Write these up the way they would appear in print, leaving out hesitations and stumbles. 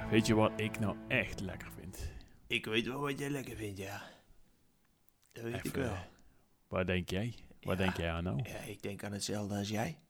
Weet je wat ik nou echt lekker vind? Ik weet wel wat jij lekker vindt, ja. Dat weet ik wel. Waar denk jij? Waar denk jij aan nou? Ja, ik denk aan hetzelfde als jij.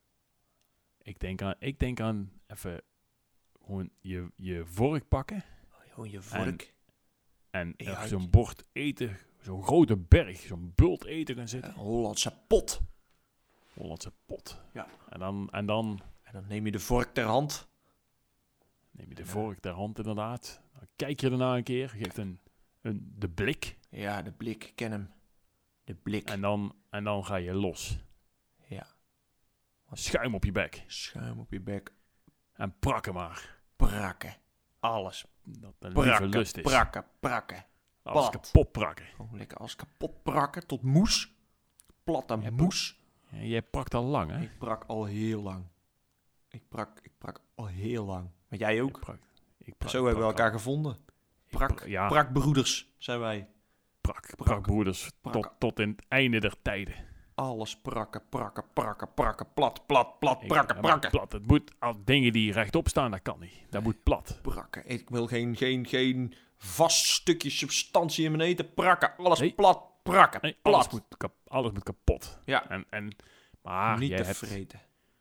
Ik denk aan even gewoon je vork pakken. Gewoon je vork. En Ja, zo'n bord eten, zo'n grote berg, zo'n bult eten gaan zitten. Een Hollandse pot. Hollandse pot. Ja. En dan En dan neem je de vork ter hand. neem je de vork ter hand inderdaad. Dan kijk je ernaar een keer, geeft de blik. Ja, de blik, ik ken hem. De blik. En dan ga je los. Ja. Schuim op je bek. Schuim op je bek. En prakken maar. Prakken. Alles. Dat de lieve Prakken, lust is. prakken. Alles plat. kapot prakken. Gewoon lekker alles kapot prakken tot moes. Platte moes. Ja, jij prakt al lang, hè? Ik prak al heel lang. Ik prak al heel lang. Maar jij ook? Ik prak, Zo hebben we elkaar gevonden. ja. Prakbroeders zijn wij. Prakbroeders Prakken. tot in het einde der tijden. Alles prakken, plat, prakken. Plat. Het moet, al dingen die rechtop staan, dat kan niet. Dat moet plat. Prakken. Ik wil geen vast stukje substantie in mijn eten prakken. Alles Nee. plat, prakken, Nee, plat. alles moet kapot. Ja. Maar Niet jij te hebt, vreten.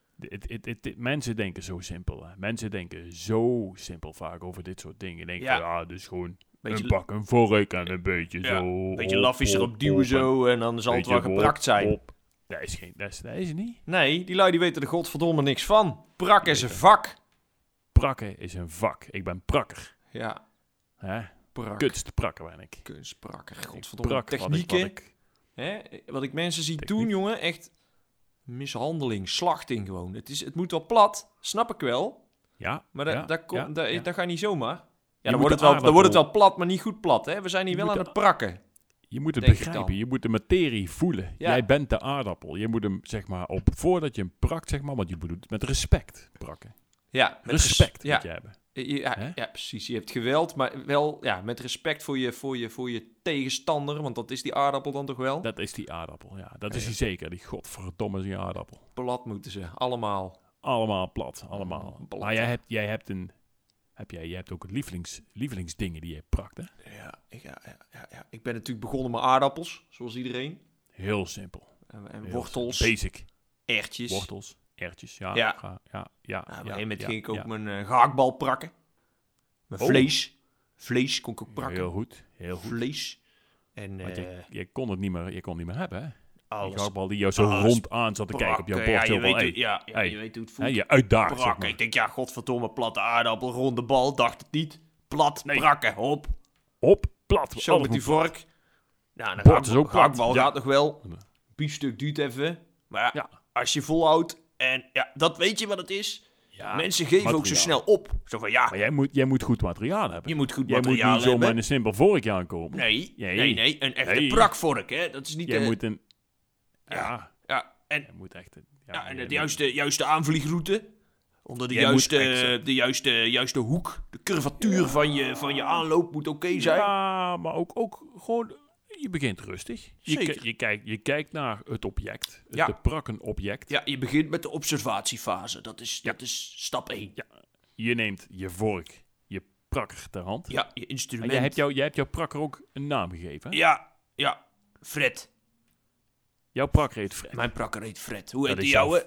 mensen denken zo simpel. Hè. Mensen denken zo simpel vaak over dit soort dingen. Denken Ja. van, ja, dus gewoon Beetje, een bak, een vork en een beetje ja, zo. een beetje op, lafjes erop duwen en zo en dan zal het wel beetje geprakt zijn. op. Dat is het niet. Nee, die lui die weten er godverdomme niks van. Prakken is een vak. Prakken is een vak. Ik ben prakker. Ja, Hè? prak. Kunstprakker ben ik. Kunstprakker. Ik Godverdomme. prak Technieken. Wat ik mensen zie Techniek. doen, jongen, echt mishandeling, slachting gewoon. Het moet wel plat, snap ik wel. Ja, Maar ja, dat gaat niet zomaar. Ja, Je dan moet wordt, de het wel plat, maar niet goed plat. Hè? We zijn hier Je wel moet aan het prakken. Je moet het Denk ik begrijpen. dan. Je moet de materie voelen. Ja. Jij bent de aardappel. Je moet hem, zeg maar, voordat je hem prakt, zeg maar, want je moet het met respect prakken. Ja, met Respect ja. moet je hebben. Hè? Ja, precies. Je hebt geweld, maar wel met respect voor je tegenstander. Want dat is die aardappel dan toch wel? Dat is die aardappel, ja. Dat is hij zeker. Die godverdomme is die aardappel. Plat moeten ze, allemaal. Allemaal plat, allemaal. Plat. Maar jij hebt ook lievelingsdingen die je prakt, hè? Ja. Ik ben natuurlijk begonnen met aardappels, zoals iedereen. Heel simpel. En Heel wortels, Basic. erwtjes. Wortels, erwtjes, ja. Ja. Ja. Op een gegeven ja, moment ja, ging ik ook ja. mijn gehaktbal prakken. Mijn Oh. vlees. Vlees kon ik ook prakken. Heel goed, heel goed. Vlees. En Want je kon het niet meer hebben, hè? Die alles gehaktbal die jou zo alles rond aan zat te kijken op jouw prakken. bord. Ja, zo je van, weet, hey, hey, je weet hoe het hè, voelt. je uitdaagt, zeg Prakken. maar. Ik denk, ja, godverdomme, platte aardappel, ronde bal. Dacht het niet. Plat, Nee. prakken, hop. Op, plat. Zo alles met die moet plat. vork. Nou, een Bord is ook plat. gehaktbal Ja. gaat nog wel. Biefstuk duurt even. Maar Ja. als je volhoudt, en ja, dat weet je wat het is. Ja, Mensen geven ook zo materiaal. snel op. Zo van, ja, Maar jij moet goed materiaal hebben. je moet goed Jij moet materiaal niet zomaar hebben. in een simpel vorkje aankomen. Nee, Nee. nee, een echte Nee. prakvork, hè. Dat is niet... Jij moet een... Ja, ja, en, jij moet echt... en jij de juiste aanvliegroute. Onder de Jij moet echt juiste hoek. De curvatuur van je aanloop moet oké zijn. Ja, maar ook gewoon... Je begint rustig. Zeker. Je kijkt naar het object. Ja. Het prakken object. Ja, je begint met de observatiefase. Dat is stap 1. Ja. Je neemt je vork, je prakker ter hand. Ja, je En instrument. jij hebt jouw prakker ook een naam gegeven. Hè? Ja. Fred. Jouw prakker heet Fred. Mijn prakker heet Fred. Hoe Dat heet is die jouwe?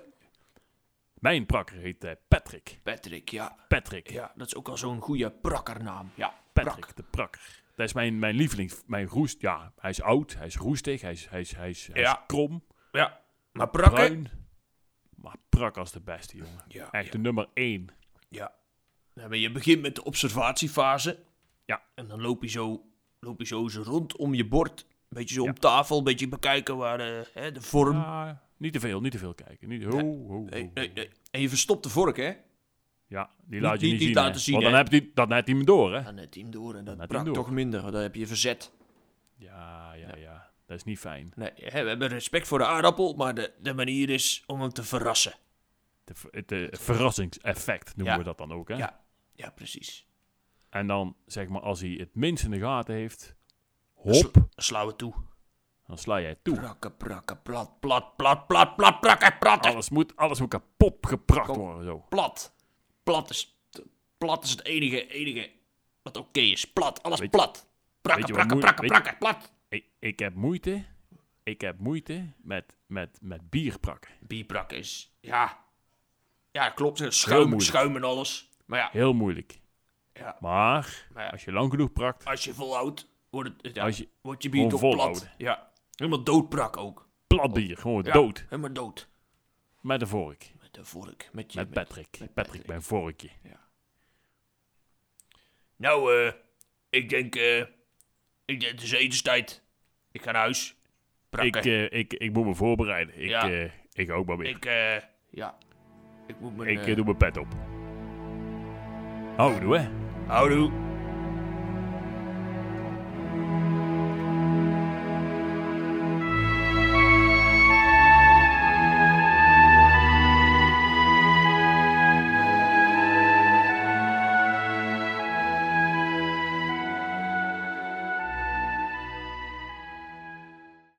Mijn prakker heet Patrick. Patrick, ja. Patrick. Ja, dat is ook al zo'n goede prakkernaam. Ja, Patrick, prak. de prakker. Dat is mijn lievelings... Mijn roest... Ja, hij is oud, hij is roestig, hij is Ja. krom, Ja, maar prakken... bruin. Maar prak als de beste, jongen. Ja, Echt de nummer 1. ja. Nou, maar je begint met de observatiefase. Ja. En dan loop je zo rond om je bord. Een beetje zo Ja. om tafel, een beetje bekijken waar de vorm... Ja, niet te veel kijken. Niet, ho. Nee. En je verstopt de vork, hè? Ja, die laat je niet niet zien. laten hè. zien, Want hè. dan heb hij hem door, hè. Dan net hem door en dat net brak hem door. toch minder. Dan heb je verzet. Ja. Dat is niet fijn. Nee, we hebben respect voor de aardappel, maar de manier is om hem te verrassen. Het verrassingseffect noemen Ja. we dat dan ook, hè. Ja, precies. En dan, zeg maar, als hij het minst in de gaten heeft... Sla- Hop, Slaan we toe. dan sla jij toe. Prakken, plat, prakken, prakken. Alles moet kapot geprakt Kom. worden, zo. Plat. Plat is Plat is het enige wat oké is. Plat, alles Weet- plat. weet Prakken, je wat prakken, moeilijk- plat. Ik heb moeite met bier prakken. Bierprakken is, ja, klopt. Heel Schuim, moeilijk. schuim en alles. Maar ja, Heel moeilijk. ja. Maar Maar ja. als je lang genoeg prakt, Als je volhoudt, wordt Als je je bier gewoon toch plat. volhouden. Ja, helemaal doodprak ook. plat bier, gewoon Ja, dood. Helemaal dood. Met een vork. Met de vork. Met Patrick. met Patrick bij een vorkje. Nou, ik denk het is etenstijd. Ik ga naar huis. Prakken. Ik moet me voorbereiden. Ja. Ik ook maar weer. Ik moet mijn... Ik doe mijn pet op. Houdoe, hè. Houdoe.